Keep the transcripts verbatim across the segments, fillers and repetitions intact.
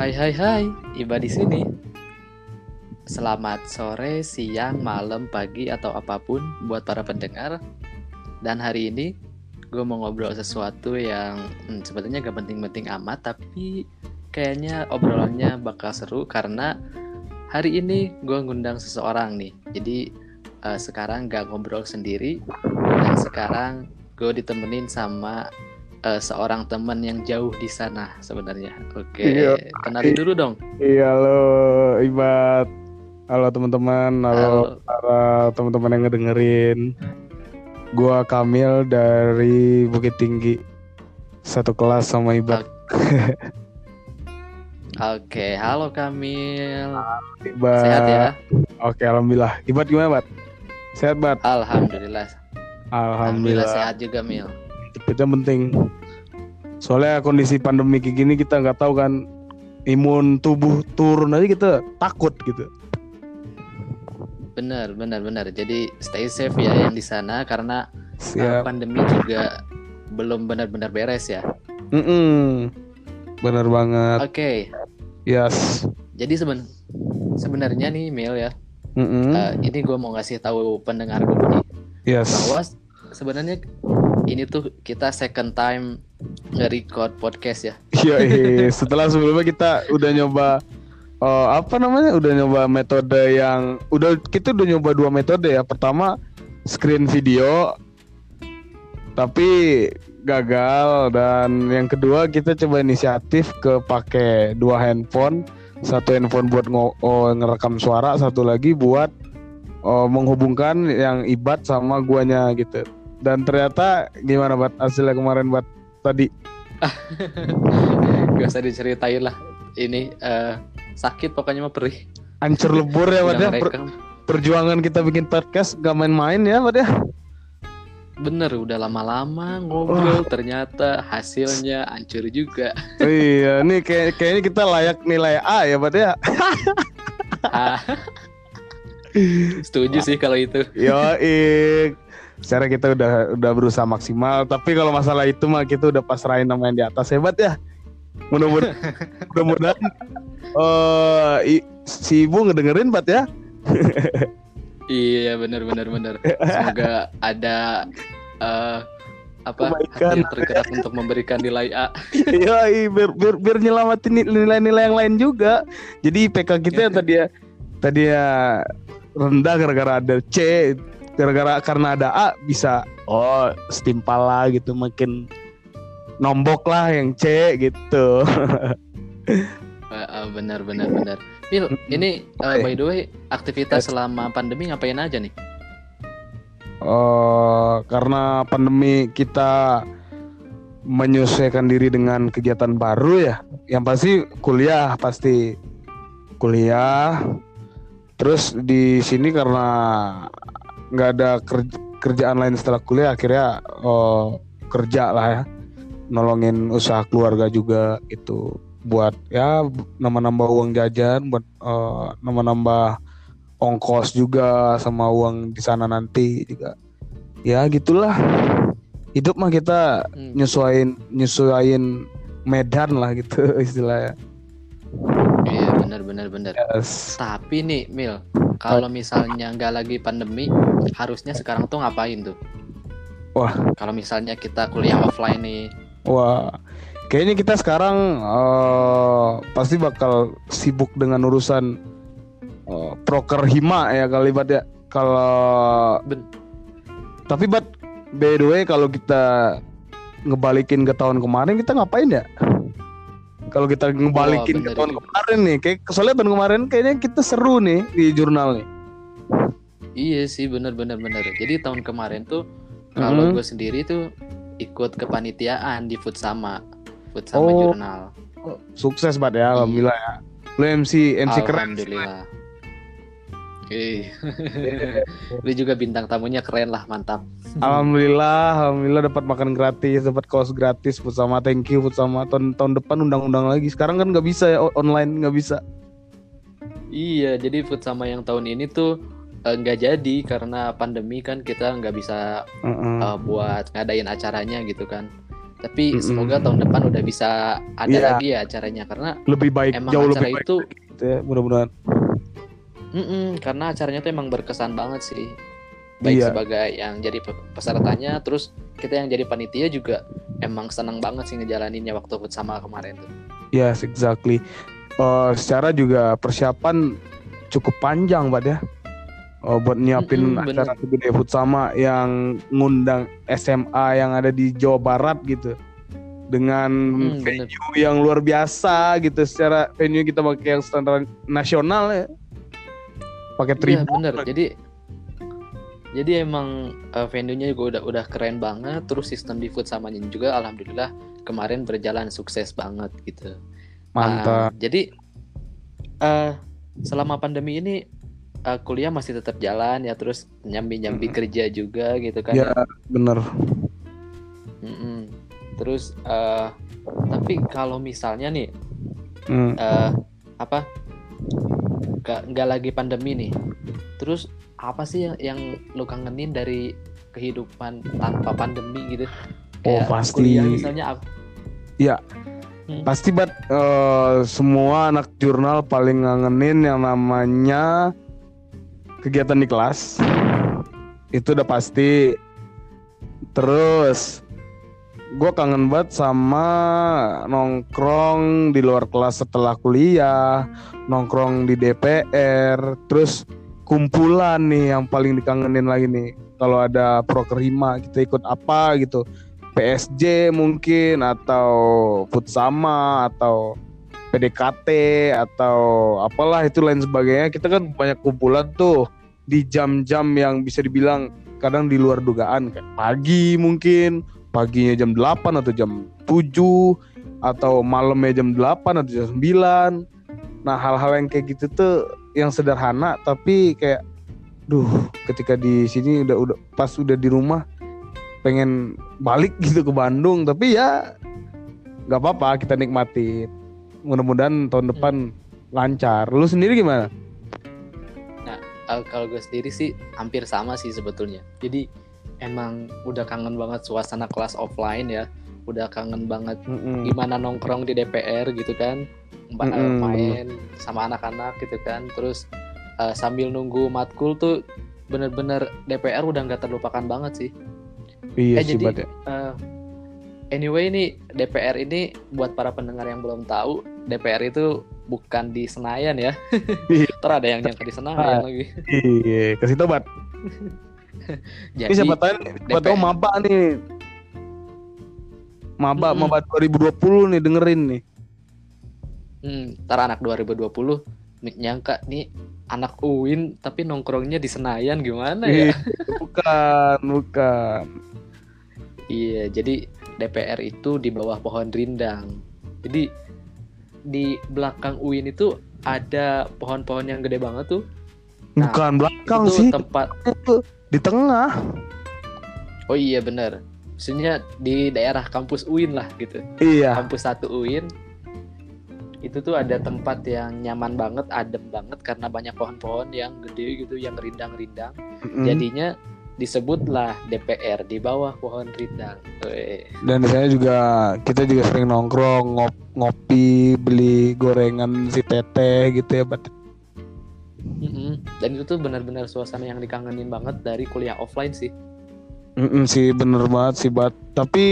Hai hai hai, Iba di sini. Selamat sore, siang, malam, pagi atau apapun buat para pendengar. Dan hari ini gue mau ngobrol sesuatu yang hmm, sebenarnya gak penting-penting amat, tapi kayaknya obrolannya bakal seru karena hari ini gue ngundang seseorang nih. Jadi uh, sekarang gak ngobrol sendiri dan sekarang gue ditemenin sama uh, seorang teman yang jauh di sana sebenarnya. Oke, Iya, kenalin dulu dong. iya halo Ibad, halo teman-teman, halo Halo. para teman-teman yang ngedengerin. Gua Kamil dari Bukit Tinggi, satu kelas sama Ibad. Oke, halo Kamil. Ibad. Sehat ya? Oke, alhamdulillah. Ibad gimana, Bad? Sehat, Bad? Alhamdulillah. Alhamdulillah Alhamdulillah. sehat juga, Mil. Itu yang penting. Soalnya kondisi pandemi kayak gini kita nggak tahu kan, imun tubuh turun aja kita takut gitu. Benar, benar, benar. Jadi stay safe ya yang di sana karena uh, Siap. pandemi juga belum benar-benar beres ya. Mm-mm. Benar banget. Oke, Yes. jadi seben sebenarnya nih Mil ya, Mm-mm. uh, ini gue mau ngasih tahu pendengar gue nih Yes. bahwa s- sebenarnya ini tuh kita second time nge-record podcast ya. Iya, iya. Setelah sebelumnya kita udah nyoba eh, apa namanya? Udah nyoba metode yang udah kita udah nyoba dua metode ya. Pertama screen video tapi gagal, dan yang kedua kita coba inisiatif ke pakai dua handphone. Satu handphone buat ngo- oh, ngerekam suara, satu lagi buat oh, menghubungkan yang Ibad sama guanya gitu. Dan ternyata gimana, Bat, hasilnya kemarin, Bat, tadi? Gak usah diceritain lah. Ini uh, sakit pokoknya mah perih. Hancur lebur ya, Bat, Udah ya. Per- ngerekam. perjuangan kita bikin podcast gak main-main ya, Bat, ya. Bener, udah lama-lama ngobrol ternyata hasilnya hancur juga. Iya, nih kayak kayaknya kita layak nilai A ya, Bat, ya. Ah, setuju sih kalau itu. Yo, ik. Secara kita udah udah berusaha maksimal, tapi kalau masalah itu mah kita udah pasrahin sama yang di atas, hebat ya. Mudah-mudahan mudah-mudahan eh i- si Ibu ngedengerin, Bat, ya. Iya, bener bener bener. Semoga ada uh, apa hati Kebaikan. yang tergerak untuk memberikan nilai A. Iya, biar, biar biar nyelamatin ni- nilai-nilai yang lain juga. Jadi I P K kita yang tadi ya tadi ya rendah gara-gara ada C, gara-gara karena ada A bisa oh setimpal lah gitu, makin nombok lah yang C gitu. Uh, uh, benar benar benar. Mil, ini uh, by the way aktivitas selama pandemi ngapain aja nih? Eh, karena pandemi kita menyesuaikan diri dengan kegiatan baru ya. Yang pasti kuliah, pasti kuliah. Terus di sini karena nggak ada ker- kerjaan lain setelah kuliah, akhirnya eh, kerja lah ya, nolongin usaha keluarga juga gitu, buat ya nambah-nambah uang jajan, buat eh, nambah-nambah ongkos juga sama uang di sana nanti juga. Ya gitulah. Hidup mah kita Hmm. nyesuain nyesuain medan lah gitu istilahnya. Iya benar benar benar. Yes. Tapi nih Mil, kalau misalnya nggak lagi pandemi, harusnya sekarang tuh ngapain tuh? Wah. Kalau misalnya kita kuliah offline nih. Wah, kayaknya kita sekarang eh, pasti bakal sibuk dengan urusan eh, proker hima ya kali, Bat, ya. Kalau Ben- tapi, Bat, by the way, kalau kita ngebalikin ke tahun kemarin, kita ngapain ya? Kalau kita ngebalikin Wah, ke bener tahun juga. kemarin nih, kayak soalnya tahun kemarin kayaknya kita seru nih di jurnal nih. Iya sih benar benar benar. Jadi tahun kemarin tuh kalau Mhm. gue sendiri tuh ikut kepanitiaan di Futsama, Futsama Oh. Jurnal. Sukses, Bat, ya, alhamdulillah ya. Lu M C M C keren sih, Bat. Alhamdulillah. Ih. Lu juga bintang tamunya keren lah, mantap. Alhamdulillah, alhamdulillah dapat makan gratis, dapat kaos gratis, Futsama, thank you Futsama. Tahun tahun depan undang-undang lagi. Sekarang kan nggak bisa ya, online nggak bisa. Iya, jadi Futsama yang tahun ini tuh eh, nggak jadi karena pandemi kan kita nggak bisa Heeh. eh, buat ngadain acaranya gitu kan. Tapi Mm-mm. semoga tahun depan udah bisa ada Iya. lagi ya acaranya, karena Lebih baik, emang jauh acara lebih baik itu gitu ya, mudah-mudahan. mm-mm, karena acaranya tuh emang berkesan banget sih. Baik Iya. sebagai yang jadi pe- pesertanya, terus kita yang jadi panitia juga emang seneng banget sih ngejalaninnya waktu Futsama kemarin tuh. Yes, exactly. Eh, secara juga persiapan cukup panjang, Bad ya. Oh, buat nyiapin Mm-mm, acara bener. segede Futsama yang ngundang S M A yang ada di Jawa Barat gitu. Dengan Mm-mm, bener. venue yang luar biasa gitu. Secara venue kita pakai yang standar nasional ya. Pakai Iya tribun. bener. Jadi jadi emang uh, venue-nya juga udah udah keren banget. Terus sistem di Futsamanya juga alhamdulillah kemarin berjalan sukses banget gitu. Nah, Mantap. jadi uh, selama pandemi ini uh, kuliah masih tetap jalan ya, terus nyambi-nyambi Mm-mm. kerja juga gitu kan Ya, ya. bener. Mm-mm. Terus uh, tapi kalau misalnya nih Mm. uh, apa nggak nggak lagi pandemi nih, terus apa sih yang, yang lu kangenin dari kehidupan tanpa pandemi gitu? Oh, Kayak pasti. kuliah misalnya ap- Ya, Hmm. pasti Bat, eh, semua anak jurnal paling ngangenin yang namanya kegiatan di kelas. Itu udah pasti. Terus gue kangen banget sama nongkrong di luar kelas setelah kuliah, nongkrong di D P R, terus kumpulan nih yang paling dikangenin lagi nih. Kalau ada prokerima kita ikut apa gitu, P S J mungkin, atau Futsama, atau P D K T, atau apalah itu lain sebagainya. Kita kan banyak kumpulan tuh di jam-jam yang bisa dibilang kadang di luar dugaan, kayak pagi mungkin, paginya jam delapan atau jam tujuh, atau malamnya jam delapan atau jam sembilan. Nah, hal-hal yang kayak gitu tuh yang sederhana tapi kayak duh, ketika di sini udah udah pas udah di rumah pengen balik gitu ke Bandung, tapi ya nggak apa-apa, kita nikmati. Mudah-mudahan tahun depan lancar. Lu sendiri gimana? Uh, kalau gue sendiri sih hampir sama sih sebetulnya. Jadi emang udah kangen banget suasana kelas offline ya. Udah kangen banget Mm-mm. gimana nongkrong di D P R gitu kan, Mba- uh, Mm-mm. main sama anak-anak gitu kan. Terus uh, sambil nunggu matkul tuh bener-bener D P R udah nggak terlupakan banget sih. Iya Eh sih, jadi Bat ya. uh, anyway nih, D P R ini buat para pendengar yang belum tahu, D P R itu bukan di Senayan ya. Iya. Ntar ada yang nyangka di Senayan lagi. Iya, kasih tau, Bat. Ini Jadi siapa tahu, siapa tahu D P R. maba nih. Maba, Mm-mm. maba dua ribu dua puluh nih dengerin nih. Hmm, ntar anak dua ribu dua puluh nyangka nih anak U I N tapi nongkrongnya di Senayan gimana ya? Iya, bukan, bukan. Iya, jadi D P R itu di bawah pohon rindang. Jadi di belakang U I N itu ada pohon-pohon yang gede banget tuh. Nah, Bukan belakang itu sih, tempat. itu di tengah. Oh iya benar. Maksudnya di daerah kampus U I N lah gitu. Iya. Kampus satu U I N. Itu tuh ada tempat yang nyaman banget, adem banget karena banyak pohon-pohon yang gede gitu, yang rindang-rindang. Mm-mm. Jadinya disebutlah D P R di bawah pohon rindang. Weh. Dan di sana juga kita juga sering nongkrong, ngop, ngopi, beli gorengan si teteh gitu ya, Bat. Mm-mm. Dan itu tuh benar-benar suasana yang dikangenin banget dari kuliah offline sih. Mm-mm, sih bener banget sih, Bat. Tapi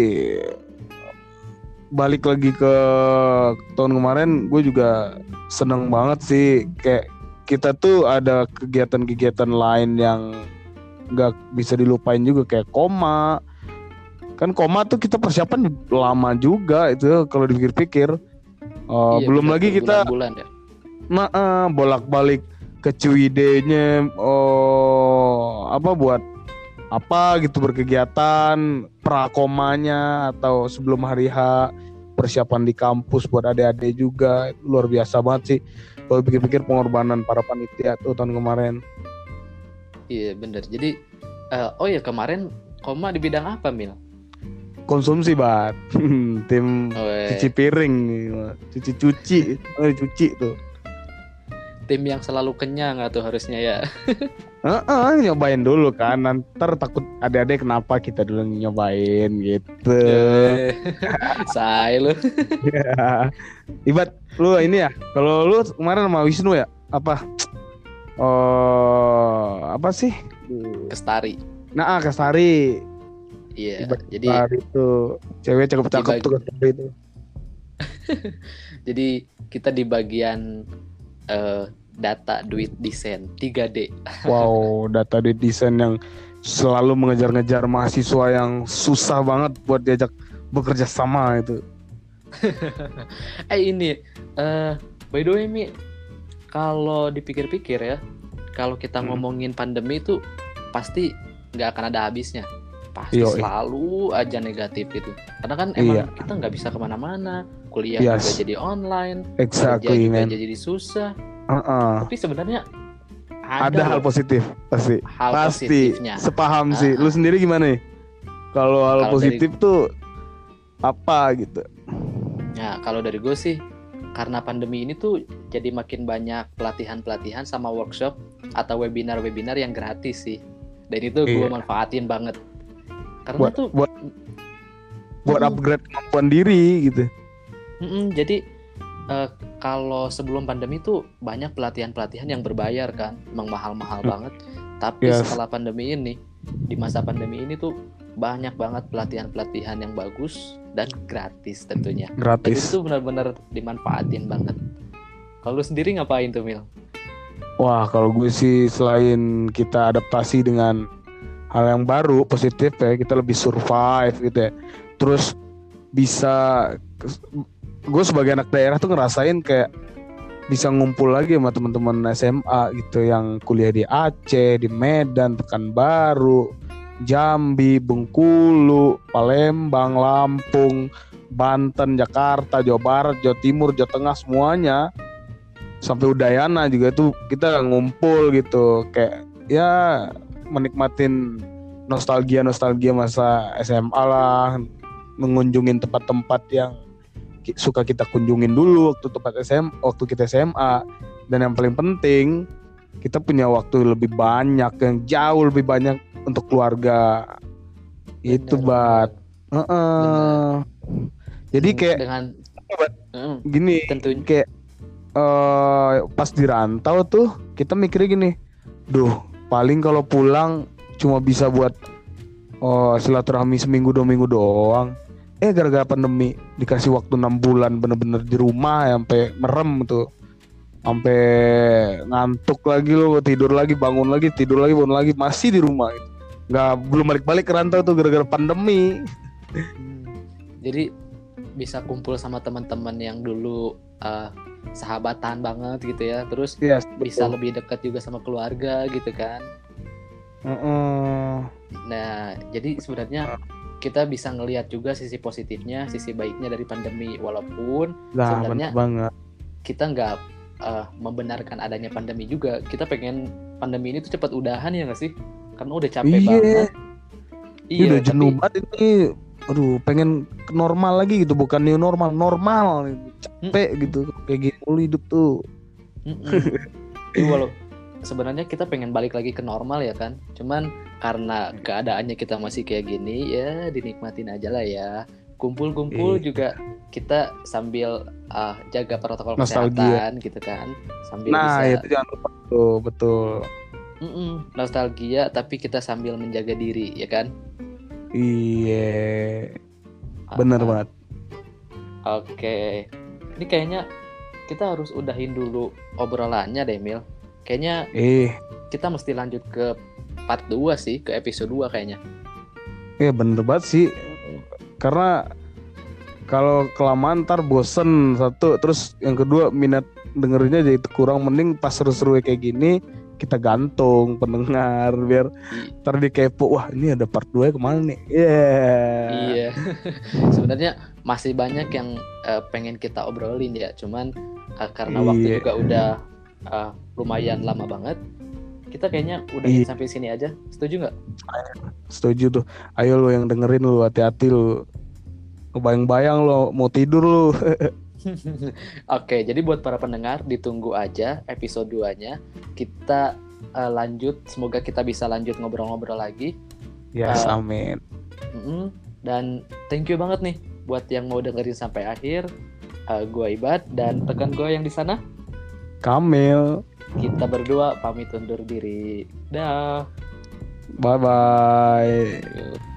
balik lagi ke tahun kemarin, gue juga seneng banget sih. Kayak kita tuh ada kegiatan-kegiatan lain yang nggak bisa dilupain juga, kayak koma. Kan koma tuh kita persiapan lama juga itu kalau dipikir-pikir. Uh, Iya, belum benar, lagi kita berbulan-bulan ya. nah, uh, bolak-balik ke Ciwidey-nya, oh apa buat apa gitu, berkegiatan prakomanya atau sebelum hari H, persiapan di kampus buat adik-adik juga. Luar biasa banget sih kalau pikir-pikir pengorbanan para panitia tuh tahun kemarin. Iya benar. Jadi uh, oh ya kemarin koma di bidang apa, Mil? Konsumsi, Bat. Tim Oh, cuci piring, cuci-cuci, oh, cuci tuh. tim yang selalu kenyang atau harusnya ya. Heeh, nyobain dulu kan. Ntar takut adik-adik kenapa kita dulu nyobain gitu. Eh, Say lu. Ya. Ibat lu ini ya. Kalau lu kemarin sama Wisnu ya, apa? Oh, apa sih? Kestari. Nah, ah, Kestari. Iya, Ibat jadi Kestari itu cewek cakep-cakep Dibagi- tuh Kestari itu. jadi kita di bagian eh, data duit desain tiga D. Wow, data di desain yang selalu mengejar-ngejar mahasiswa yang susah banget buat diajak bekerja sama itu. Eh ini eh by the way Mi, kalau dipikir-pikir ya, kalau kita Hmm. ngomongin pandemi itu pasti nggak akan ada habisnya. Pasti Yoi. selalu aja negatif gitu. Karena kan emang Iya. kita nggak bisa kemana-mana, kuliah Yes. juga jadi online, kerja Exactly, juga man. jadi susah. Uh-uh. Tapi sebenarnya Ada hal loh positif pasti. hal Pasti positifnya. sepaham sih. Ah, Lu ah. sendiri gimana nih? Kalau hal Kalau positif tuh apa gitu? Ya, kalau dari gue sih, karena pandemi ini tuh jadi makin banyak pelatihan-pelatihan sama workshop atau webinar-webinar yang gratis sih. Dan itu gue Iya. manfaatin banget. Karena Buat tuh, buat buat Mm-mm. upgrade kemampuan diri gitu. mm-mm, jadi eh, kalau sebelum pandemi tuh banyak pelatihan-pelatihan yang berbayar kan, emang mahal-mahal Hmm. banget. Tapi Yes. setelah pandemi ini, di masa pandemi ini tuh banyak banget pelatihan-pelatihan yang bagus dan gratis tentunya. Dan Gratis. itu benar-benar dimanfaatin banget. Kalau lu sendiri ngapain tuh Mil? Wah, kalau gue sih selain kita adaptasi dengan hal yang baru, positif ya, kita lebih survive gitu ya. Terus bisa, gue sebagai anak daerah tuh ngerasain kayak bisa ngumpul lagi sama teman-teman S M A gitu yang kuliah di Aceh, di Medan, Pekanbaru, Jambi, Bengkulu, Palembang, Lampung, Banten, Jakarta, Jawa Barat, Jawa Timur, Jawa Tengah, semuanya sampai Udayana juga tuh kita ngumpul gitu, kayak ya menikmatin nostalgia-nostalgia masa S M A lah, mengunjungin tempat-tempat yang ki- suka kita kunjungin dulu waktu tempat S M waktu kita S M A. Dan yang paling penting, kita punya waktu lebih banyak, yang jauh lebih banyak untuk keluarga. Itu Benar, Bat. Heeh. Jadi benar. kayak dengan Mm, gini, tentunya kayak eh, pas di rantau tuh kita mikirnya gini, duh paling kalau pulang cuma bisa buat oh, silaturahmi seminggu dua minggu doang. Eh gara-gara pandemi dikasih waktu enam bulan bener-bener di rumah ya, sampai merem tuh, sampai ngantuk lagi lo, tidur lagi bangun lagi tidur lagi bangun lagi, masih di rumah gitu. Nggak, belum balik-balik ke rantau tuh gara-gara pandemi. Hmm, jadi bisa kumpul sama teman-teman yang dulu eh, sahabatan banget gitu ya, terus Yes, bisa betul. lebih dekat juga sama keluarga gitu kan. Heeh. Nah, jadi sebenarnya kita bisa ngelihat juga sisi positifnya, sisi baiknya dari pandemi, walaupun Nah, sebenarnya bener banget. kita nggak eh, membenarkan adanya pandemi juga. Kita pengen pandemi ini tuh cepat udahan ya nggak sih? Karena udah capek Iya. banget. Ini Iya, udah jenuh tapi banget ini. Aduh, pengen ke normal lagi gitu, bukan new normal, normal. Capek gitu, kayak gini mulu hidup tuh. mm-mm. Jadi walau sebenarnya kita pengen balik lagi ke normal ya kan, cuman karena keadaannya kita masih kayak gini ya dinikmatin aja lah ya. Kumpul-kumpul Iya. juga kita sambil ah, jaga protokol Nostalgia. kesehatan gitu kan, sambil Nah, bisa itu jangan lupa tuh, betul. mm-mm, nostalgia tapi kita sambil menjaga diri ya kan. Iya, bener Ah, banget. Oke, ini kayaknya kita harus udahin dulu obrolannya deh Mil. Kayaknya Eh, kita mesti lanjut ke part dua sih, ke episode dua kayaknya. ya bener banget sih. Karena kalau kelamaan ntar bosen satu, terus yang kedua minat dengerinnya jadi kurang. Mending pas seru-seru kayak gini kita gantung pendengar biar I- ntar dia kepo, wah ini ada part dua kemana nih. Yeah. Iya, sebenarnya masih banyak yang eh, pengen kita obrolin ya, cuman eh, karena waktu Iya. juga udah eh, lumayan lama banget, kita kayaknya udahin Iya. sampai sini aja. Setuju nggak? Setuju tuh. Ayo lo yang dengerin lo, hati-hati lo. Kebayang-bayang lo mau tidur lo. Oke, jadi buat para pendengar ditunggu aja episode dua-nya. Kita uh, lanjut, semoga kita bisa lanjut ngobrol-ngobrol lagi. Yes, Uh, amin. mm-mm. Dan thank you banget nih buat yang mau dengerin sampai akhir. Uh, gua Ibad dan rekan gua yang di sana. Kamil. Kita berdua pamit undur diri. Dah. Bye bye. Yuk.